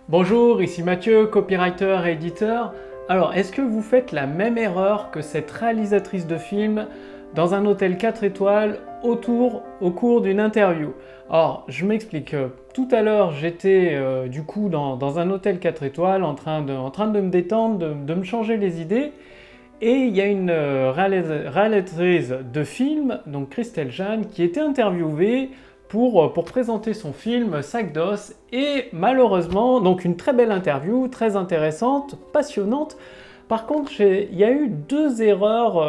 Bonjour, ici Mathieu, copywriter et éditeur. Alors, est-ce que vous faites la même erreur que cette réalisatrice de film dans un hôtel 4 étoiles au cours d'une interview? Alors, je m'explique. Tout à l'heure, j'étais du coup dans un hôtel 4 étoiles en train de me détendre, de me changer les idées. Et il y a une réalisatrice de film, donc Christelle Jeanne, qui était interviewée pour présenter son film Sac d'os. Et malheureusement, donc une très belle interview, très intéressante, passionnante. Par contre, il y a eu deux erreurs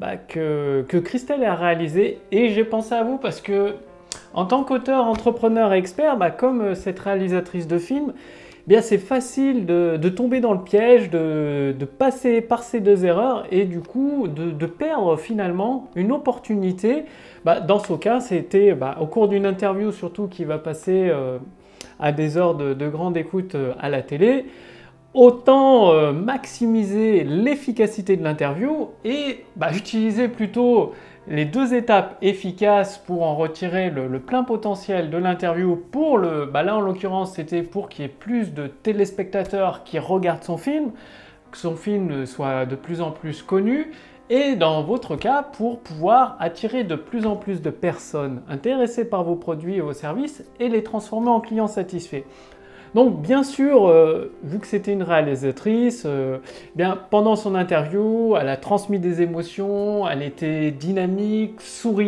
que Christelle a réalisées et j'ai pensé à vous parce que en tant qu'auteur, entrepreneur et expert, comme cette réalisatrice de film, eh bien c'est facile de tomber dans le piège, de passer par ces deux erreurs et du coup de perdre finalement une opportunité. Dans ce cas, c'était au cours d'une interview surtout qui va passer à des heures de grande écoute à la télé. Autant maximiser l'efficacité de l'interview et utiliser plutôt les deux étapes efficaces pour en retirer le plein potentiel de l'interview pour là en l'occurrence c'était pour qu'il y ait plus de téléspectateurs qui regardent son film, que son film soit de plus en plus connu et dans votre cas pour pouvoir attirer de plus en plus de personnes intéressées par vos produits et vos services et les transformer en clients satisfaits. Donc bien sûr, vu que c'était une réalisatrice, pendant son interview, elle a transmis des émotions, elle était dynamique,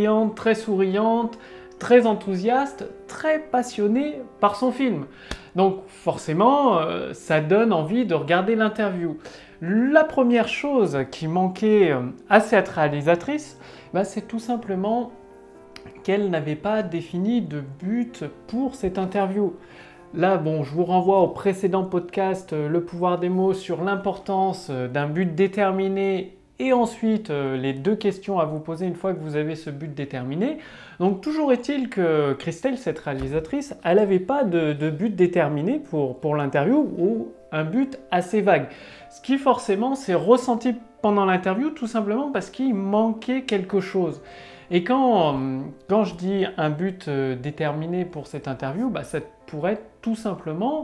souriante, très enthousiaste, très passionnée par son film. Donc forcément, ça donne envie de regarder l'interview. La première chose qui manquait à cette réalisatrice, c'est tout simplement qu'elle n'avait pas défini de but pour cette interview. Là, je vous renvoie au précédent podcast Le pouvoir des mots sur l'importance d'un but déterminé et ensuite les deux questions à vous poser une fois que vous avez ce but déterminé. Donc toujours est-il que Christelle, cette réalisatrice, elle n'avait pas de but déterminé pour l'interview ou un but assez vague. Ce qui forcément s'est ressenti pendant l'interview tout simplement parce qu'il manquait quelque chose. Et quand je dis un but déterminé pour cette interview, ça pourrait être tout simplement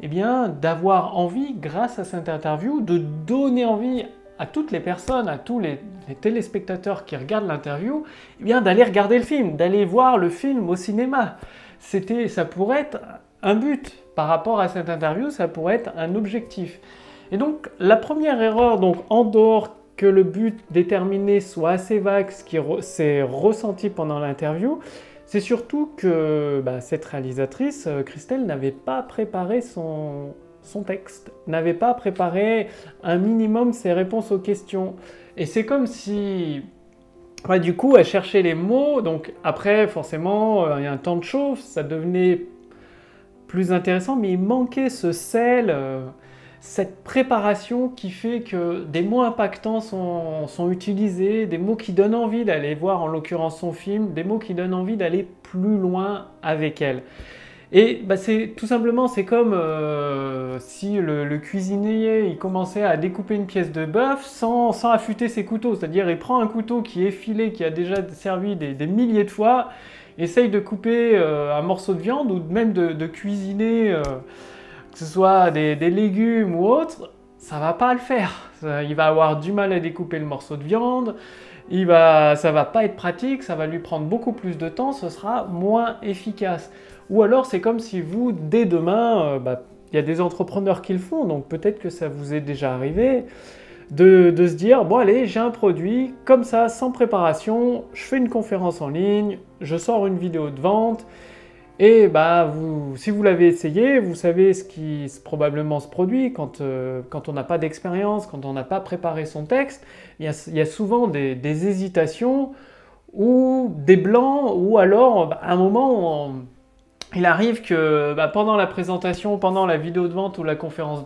d'avoir envie, grâce à cette interview, de donner envie à toutes les personnes, à tous les téléspectateurs qui regardent l'interview, d'aller regarder le film, d'aller voir le film au cinéma. Ça pourrait être un but par rapport à cette interview, ça pourrait être un objectif. Et donc la première erreur, donc en dehors que le but déterminé soit assez vague, ce qui s'est ressenti pendant l'interview, c'est surtout que cette réalisatrice, Christelle, n'avait pas préparé son texte, n'avait pas préparé un minimum ses réponses aux questions. Et c'est comme si, du coup, elle cherchait les mots, donc après, forcément, il y a un temps de chauffe, ça devenait plus intéressant, mais il manquait ce sel, cette préparation qui fait que des mots impactants sont utilisés, des mots qui donnent envie d'aller voir en l'occurrence son film, des mots qui donnent envie d'aller plus loin avec elle. Et c'est tout simplement, c'est comme si le cuisinier il commençait à découper une pièce de bœuf sans affûter ses couteaux, c'est-à-dire il prend un couteau qui est effilé, qui a déjà servi des milliers de fois, essaye de couper un morceau de viande ou même de cuisiner que ce soit des légumes ou autre, ça va pas le faire. Il va avoir du mal à découper le morceau de viande, ça va pas être pratique, ça va lui prendre beaucoup plus de temps, ce sera moins efficace. Ou alors c'est comme si vous, dès demain, il y a des entrepreneurs qui le font, donc peut-être que ça vous est déjà arrivé, de se dire, bon allez, j'ai un produit, comme ça, sans préparation, je fais une conférence en ligne, je sors une vidéo de vente, et si vous l'avez essayé, vous savez ce qui probablement se produit quand on n'a pas d'expérience, quand on n'a pas préparé son texte. Il y a souvent des hésitations ou des blancs, ou alors à un moment, il arrive que pendant la présentation, pendant la vidéo de vente ou la conférence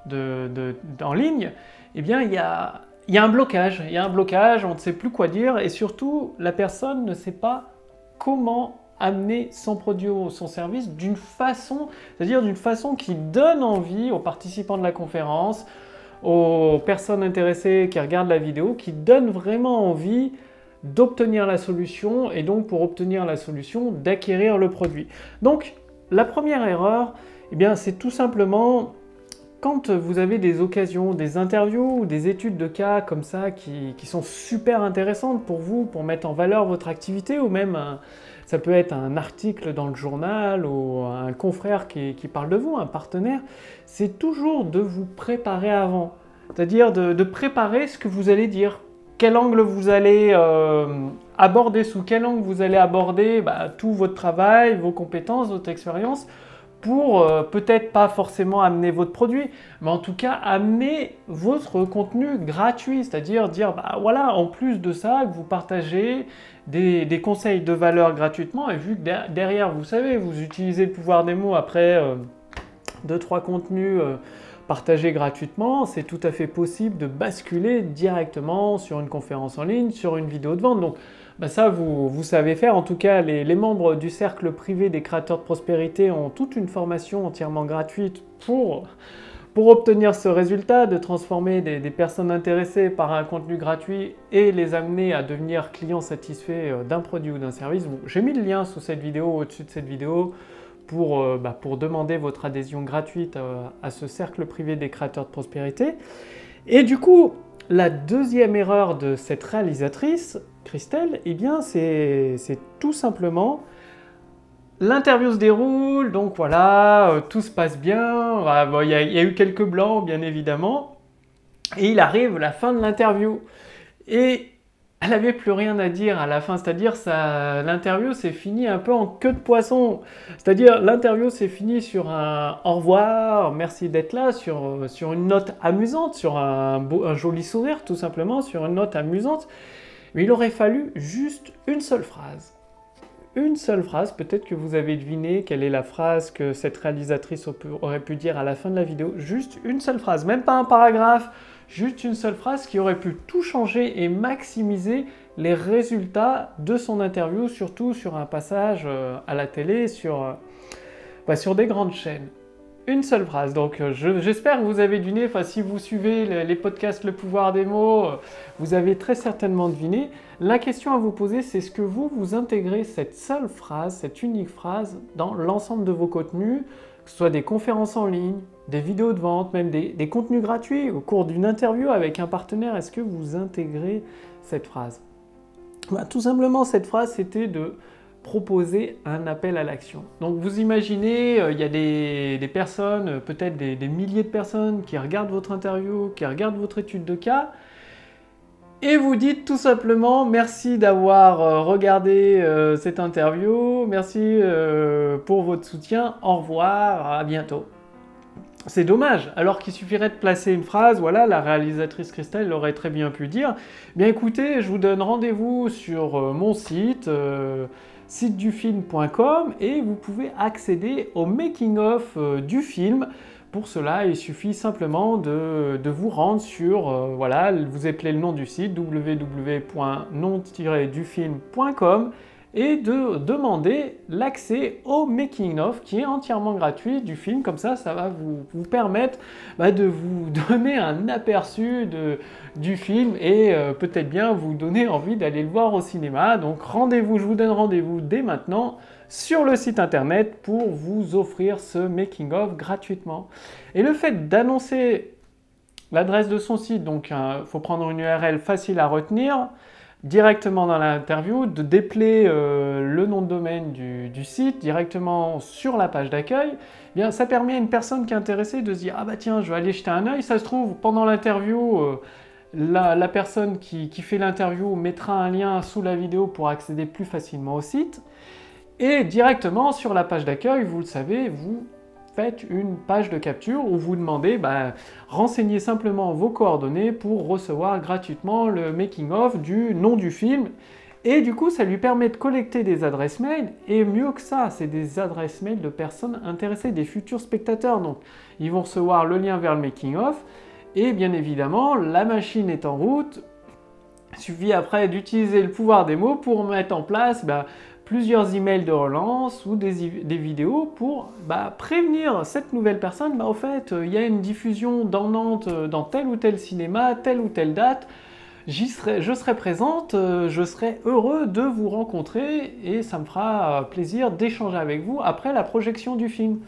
en ligne, il y a un blocage. Il y a un blocage, on ne sait plus quoi dire et surtout, la personne ne sait pas comment amener son produit ou son service d'une façon qui donne envie aux participants de la conférence, aux personnes intéressées qui regardent la vidéo, qui donne vraiment envie d'obtenir la solution et donc pour obtenir la solution, d'acquérir le produit. Donc la première erreur, Eh bien, c'est tout simplement quand vous avez des occasions, des interviews ou des études de cas comme ça qui sont super intéressantes pour vous, pour mettre en valeur votre activité, ou même ça peut être un article dans le journal ou un confrère qui parle de vous, un partenaire, c'est toujours de vous préparer avant. C'est-à-dire de préparer ce que vous allez dire, quel angle vous allez aborder, sous quel angle vous allez aborder tout votre travail, vos compétences, votre expérience, pour peut-être pas forcément amener votre produit, mais en tout cas amener votre contenu gratuit, c'est-à-dire dire voilà, en plus de ça, que vous partagez des conseils de valeur gratuitement, et vu que derrière, vous savez, vous utilisez le pouvoir des mots après 2-3 contenus partagés gratuitement, c'est tout à fait possible de basculer directement sur une conférence en ligne, sur une vidéo de vente. Donc ça, vous savez faire. En tout cas, les membres du cercle privé des créateurs de prospérité ont toute une formation entièrement gratuite pour obtenir ce résultat, de transformer des personnes intéressées par un contenu gratuit et les amener à devenir clients satisfaits d'un produit ou d'un service. Bon, j'ai mis le lien sous cette vidéo, au-dessus de cette vidéo, pour demander votre adhésion gratuite à ce cercle privé des créateurs de prospérité. Et du coup, la deuxième erreur de cette réalisatrice, Christelle, eh bien, c'est tout simplement l'interview se déroule, donc voilà, tout se passe bien, il y a eu quelques blancs, bien évidemment, et il arrive la fin de l'interview. Et elle n'avait plus rien à dire à la fin, c'est-à-dire l'interview s'est finie un peu en queue de poisson. C'est-à-dire l'interview s'est finie sur un au revoir, merci d'être là, sur une note amusante, sur un joli sourire tout simplement, sur une note amusante. Mais il aurait fallu juste une seule phrase. Une seule phrase, peut-être que vous avez deviné quelle est la phrase que cette réalisatrice aurait pu dire à la fin de la vidéo. Juste une seule phrase, même pas un paragraphe, juste une seule phrase qui aurait pu tout changer et maximiser les résultats de son interview, surtout sur un passage à la télé, sur des grandes chaînes. Une seule phrase. Donc j'espère que vous avez deviné, si vous suivez les podcasts Le Pouvoir des mots, vous avez très certainement deviné. La question à vous poser, c'est est-ce que vous intégrez cette seule phrase, cette unique phrase dans l'ensemble de vos contenus, que ce soit des conférences en ligne, des vidéos de vente, même des contenus gratuits, au cours d'une interview avec un partenaire, est-ce que vous intégrez cette phrase ? Tout simplement, cette phrase, c'était de proposer un appel à l'action. Donc vous imaginez, il y a des personnes, peut-être des milliers de personnes qui regardent votre interview, qui regardent votre étude de cas, et vous dites tout simplement merci d'avoir regardé cette interview, merci pour votre soutien, au revoir, à bientôt. C'est dommage, alors qu'il suffirait de placer une phrase, voilà, la réalisatrice Christelle l'aurait très bien pu dire, bien écoutez, je vous donne rendez-vous sur mon site, sitedufilm.com, et vous pouvez accéder au making-of du film. Pour cela, il suffit simplement de vous rendre sur, vous appelez le nom du site, www.nom-dufilm.com, et de demander l'accès au making-of qui est entièrement gratuit du film. Comme ça, ça va vous permettre de vous donner un aperçu du film et peut-être bien vous donner envie d'aller le voir au cinéma. Donc rendez-vous, je vous donne rendez-vous dès maintenant sur le site internet pour vous offrir ce making-of gratuitement. Et le fait d'annoncer l'adresse de son site, donc il faut prendre une URL facile à retenir, directement dans l'interview, de dépeler le nom de domaine du site directement sur la page d'accueil, eh bien ça permet à une personne qui est intéressée de se dire « Ah bah tiens, je vais aller jeter un œil ». Ça se trouve, pendant l'interview, la personne qui fait l'interview mettra un lien sous la vidéo pour accéder plus facilement au site. Et directement sur la page d'accueil, vous le savez, vous faites une page de capture où vous demandez, renseignez simplement vos coordonnées pour recevoir gratuitement le making-of du nom du film. Et du coup, ça lui permet de collecter des adresses mail, et mieux que ça, c'est des adresses mail de personnes intéressées, des futurs spectateurs. Donc, ils vont recevoir le lien vers le making-of, et bien évidemment, la machine est en route. Il suffit après d'utiliser le pouvoir des mots pour mettre en place plusieurs emails de relance ou des vidéos pour prévenir cette nouvelle personne, au fait, il y a une diffusion dans Nantes, dans tel ou tel cinéma, telle ou telle date, je serai présente, je serai heureux de vous rencontrer et ça me fera plaisir d'échanger avec vous après la projection du film.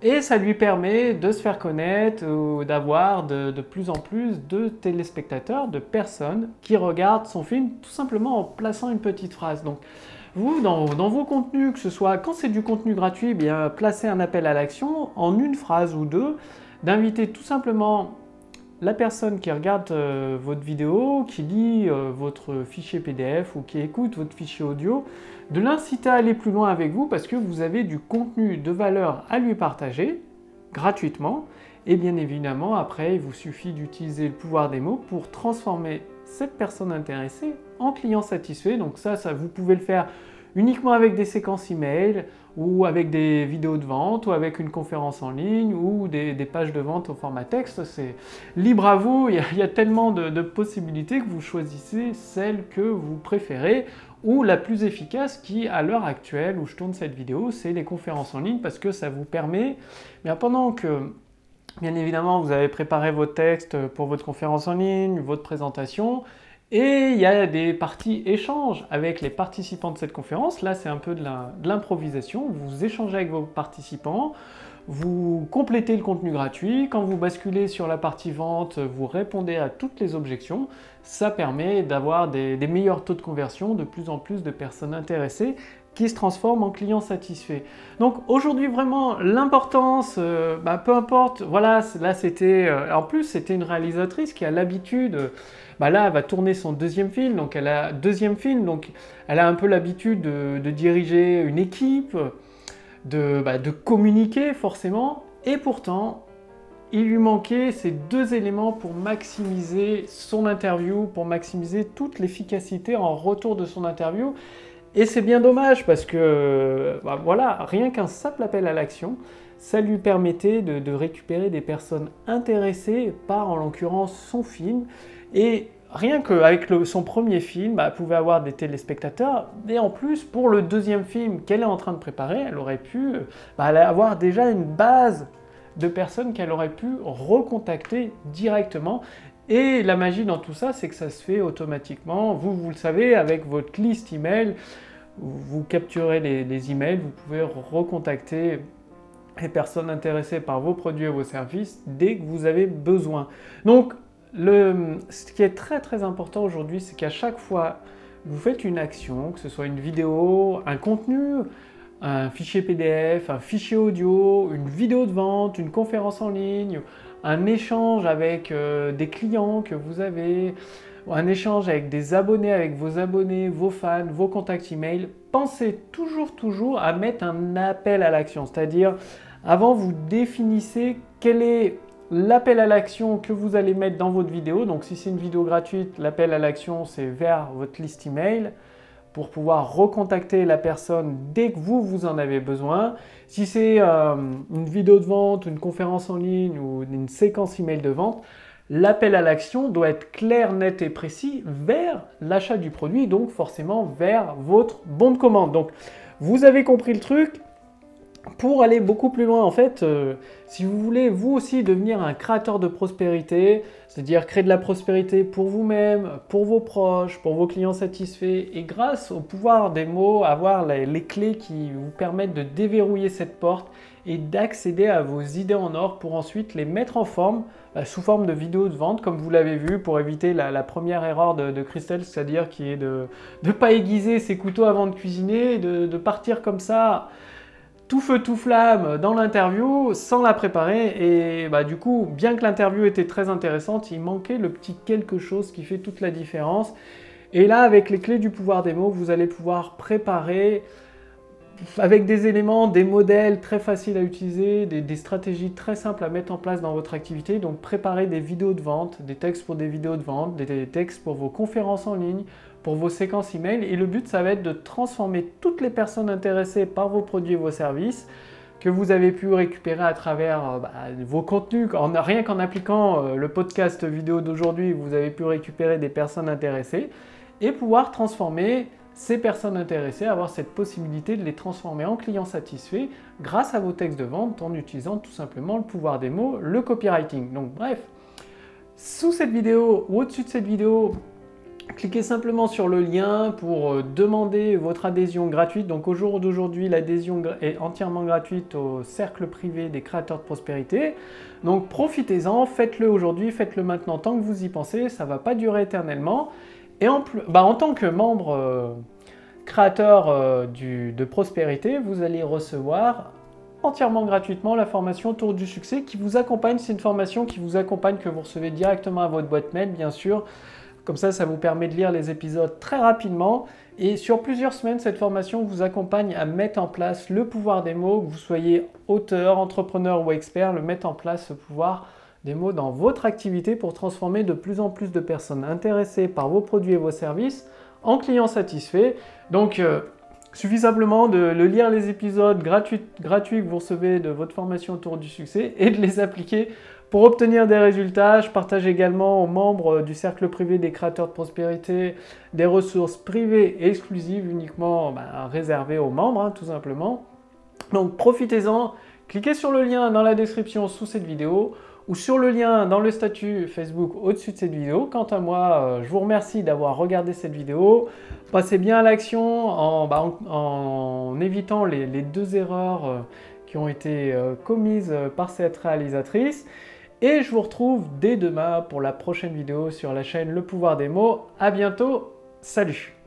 Et ça lui permet de se faire connaître ou d'avoir de plus en plus de téléspectateurs, de personnes qui regardent son film tout simplement en plaçant une petite phrase. Donc vous, dans vos contenus, que ce soit quand c'est du contenu gratuit, eh bien placez un appel à l'action en une phrase ou deux, d'inviter tout simplement la personne qui regarde votre vidéo, qui lit votre fichier PDF ou qui écoute votre fichier audio, de l'inciter à aller plus loin avec vous parce que vous avez du contenu de valeur à lui partager gratuitement. Et bien évidemment, après, il vous suffit d'utiliser le pouvoir des mots pour transformer cette personne intéressée en client satisfait. Donc ça, vous pouvez le faire uniquement avec des séquences email ou avec des vidéos de vente ou avec une conférence en ligne ou des pages de vente au format texte. C'est libre à vous, il y a tellement de possibilités que vous choisissez celle que vous préférez ou la plus efficace qui, à l'heure actuelle où je tourne cette vidéo, c'est les conférences en ligne parce que ça vous permet, bien pendant que bien évidemment vous avez préparé vos textes pour votre conférence en ligne, votre présentation, et il y a des parties échanges avec les participants de cette conférence. Là, c'est un peu de l'improvisation. Vous échangez avec vos participants, vous complétez le contenu gratuit. Quand vous basculez sur la partie vente, vous répondez à toutes les objections. Ça permet d'avoir des meilleurs taux de conversion, de plus en plus de personnes intéressées qui se transforment en clients satisfaits. Donc aujourd'hui vraiment l'importance, peu importe, voilà, là c'était, en plus c'était une réalisatrice qui a l'habitude, là elle va tourner son deuxième film, donc elle a un peu l'habitude de diriger une équipe, de communiquer forcément, et pourtant il lui manquait ces deux éléments pour maximiser son interview, pour maximiser toute l'efficacité en retour de son interview. Et c'est bien dommage parce que voilà, rien qu'un simple appel à l'action, ça lui permettait de récupérer des personnes intéressées par, en l'occurrence, son film. Et rien qu'avec son premier film, elle pouvait avoir des téléspectateurs. Et en plus, pour le deuxième film qu'elle est en train de préparer, elle aurait pu avoir déjà une base de personnes qu'elle aurait pu recontacter directement. Et la magie dans tout ça, c'est que ça se fait automatiquement. Vous le savez, avec votre liste email, vous capturez les emails, vous pouvez recontacter les personnes intéressées par vos produits et vos services dès que vous avez besoin. Donc, ce qui est très très important aujourd'hui, c'est qu'à chaque fois que vous faites une action, que ce soit une vidéo, un contenu, un fichier PDF, un fichier audio, une vidéo de vente, une conférence en ligne, un échange avec des clients que vous avez, un échange avec des abonnés, avec vos abonnés, vos fans, vos contacts email, pensez toujours à mettre un appel à l'action. C'est-à-dire, avant, vous définissez quel est l'appel à l'action que vous allez mettre dans votre vidéo. Donc, si c'est une vidéo gratuite, l'appel à l'action, c'est vers votre liste email pour pouvoir recontacter la personne dès que vous en avez besoin. Si c'est une vidéo de vente, une conférence en ligne ou une séquence email de vente, l'appel à l'action doit être clair, net et précis vers l'achat du produit, donc forcément vers votre bon de commande. Donc vous avez compris le truc. Pour aller beaucoup plus loin, en fait, si vous voulez vous aussi devenir un créateur de prospérité, c'est-à-dire créer de la prospérité pour vous-même, pour vos proches, pour vos clients satisfaits, et grâce au pouvoir des mots, avoir les clés qui vous permettent de déverrouiller cette porte et d'accéder à vos idées en or pour ensuite les mettre en forme, sous forme de vidéos de vente, comme vous l'avez vu, pour éviter la première erreur de Christelle, c'est-à-dire qui est de ne pas aiguiser ses couteaux avant de cuisiner, de partir comme ça, tout feu tout flamme dans l'interview sans la préparer, et du coup, bien que l'interview était très intéressante, il manquait le petit quelque chose qui fait toute la différence. Et là, avec les clés du pouvoir des mots, vous allez pouvoir préparer avec des éléments, des modèles très faciles à utiliser, des stratégies très simples à mettre en place dans votre activité. Donc préparer des vidéos de vente, des textes pour des vidéos de vente, des textes pour vos conférences en ligne, pour vos séquences email. Et le but, ça va être de transformer toutes les personnes intéressées par vos produits et vos services que vous avez pu récupérer à travers vos contenus. Rien qu'en appliquant le podcast vidéo d'aujourd'hui, vous avez pu récupérer des personnes intéressées et pouvoir transformer ces personnes intéressées, avoir cette possibilité de les transformer en clients satisfaits grâce à vos textes de vente en utilisant tout simplement le pouvoir des mots, le copywriting. Donc bref, sous cette vidéo ou au-dessus de cette vidéo, Cliquez simplement sur le lien pour demander votre adhésion gratuite. Donc au jour d'aujourd'hui, l'adhésion est entièrement gratuite au cercle privé des créateurs de prospérité. Donc profitez-en, faites-le aujourd'hui, faites-le maintenant tant que vous y pensez, ça ne va pas durer éternellement. Et en tant que membre créateur de prospérité, vous allez recevoir entièrement gratuitement la formation Tour du succès qui vous accompagne. C'est une formation qui vous accompagne, que vous recevez directement à votre boîte mail, bien sûr. Comme ça vous permet de lire les épisodes très rapidement. Et sur plusieurs semaines, cette formation vous accompagne à mettre en place le pouvoir des mots, que vous soyez auteur, entrepreneur ou expert, le mettre en place, ce pouvoir des mots dans votre activité pour transformer de plus en plus de personnes intéressées par vos produits et vos services en clients satisfaits. Donc, suffit simplement de lire les épisodes gratuits que vous recevez de votre formation Autour du succès et de les appliquer pour obtenir des résultats. Je partage également aux membres du cercle privé des créateurs de prospérité des ressources privées et exclusives uniquement réservées aux membres, tout simplement. Donc profitez-en, cliquez sur le lien dans la description sous cette vidéo ou sur le lien dans le statut Facebook au-dessus de cette vidéo. Quant à moi, je vous remercie d'avoir regardé cette vidéo. Passez bien à l'action en évitant les deux erreurs qui ont été commises par cette réalisatrice. Et je vous retrouve dès demain pour la prochaine vidéo sur la chaîne Le Pouvoir des mots. À bientôt, salut!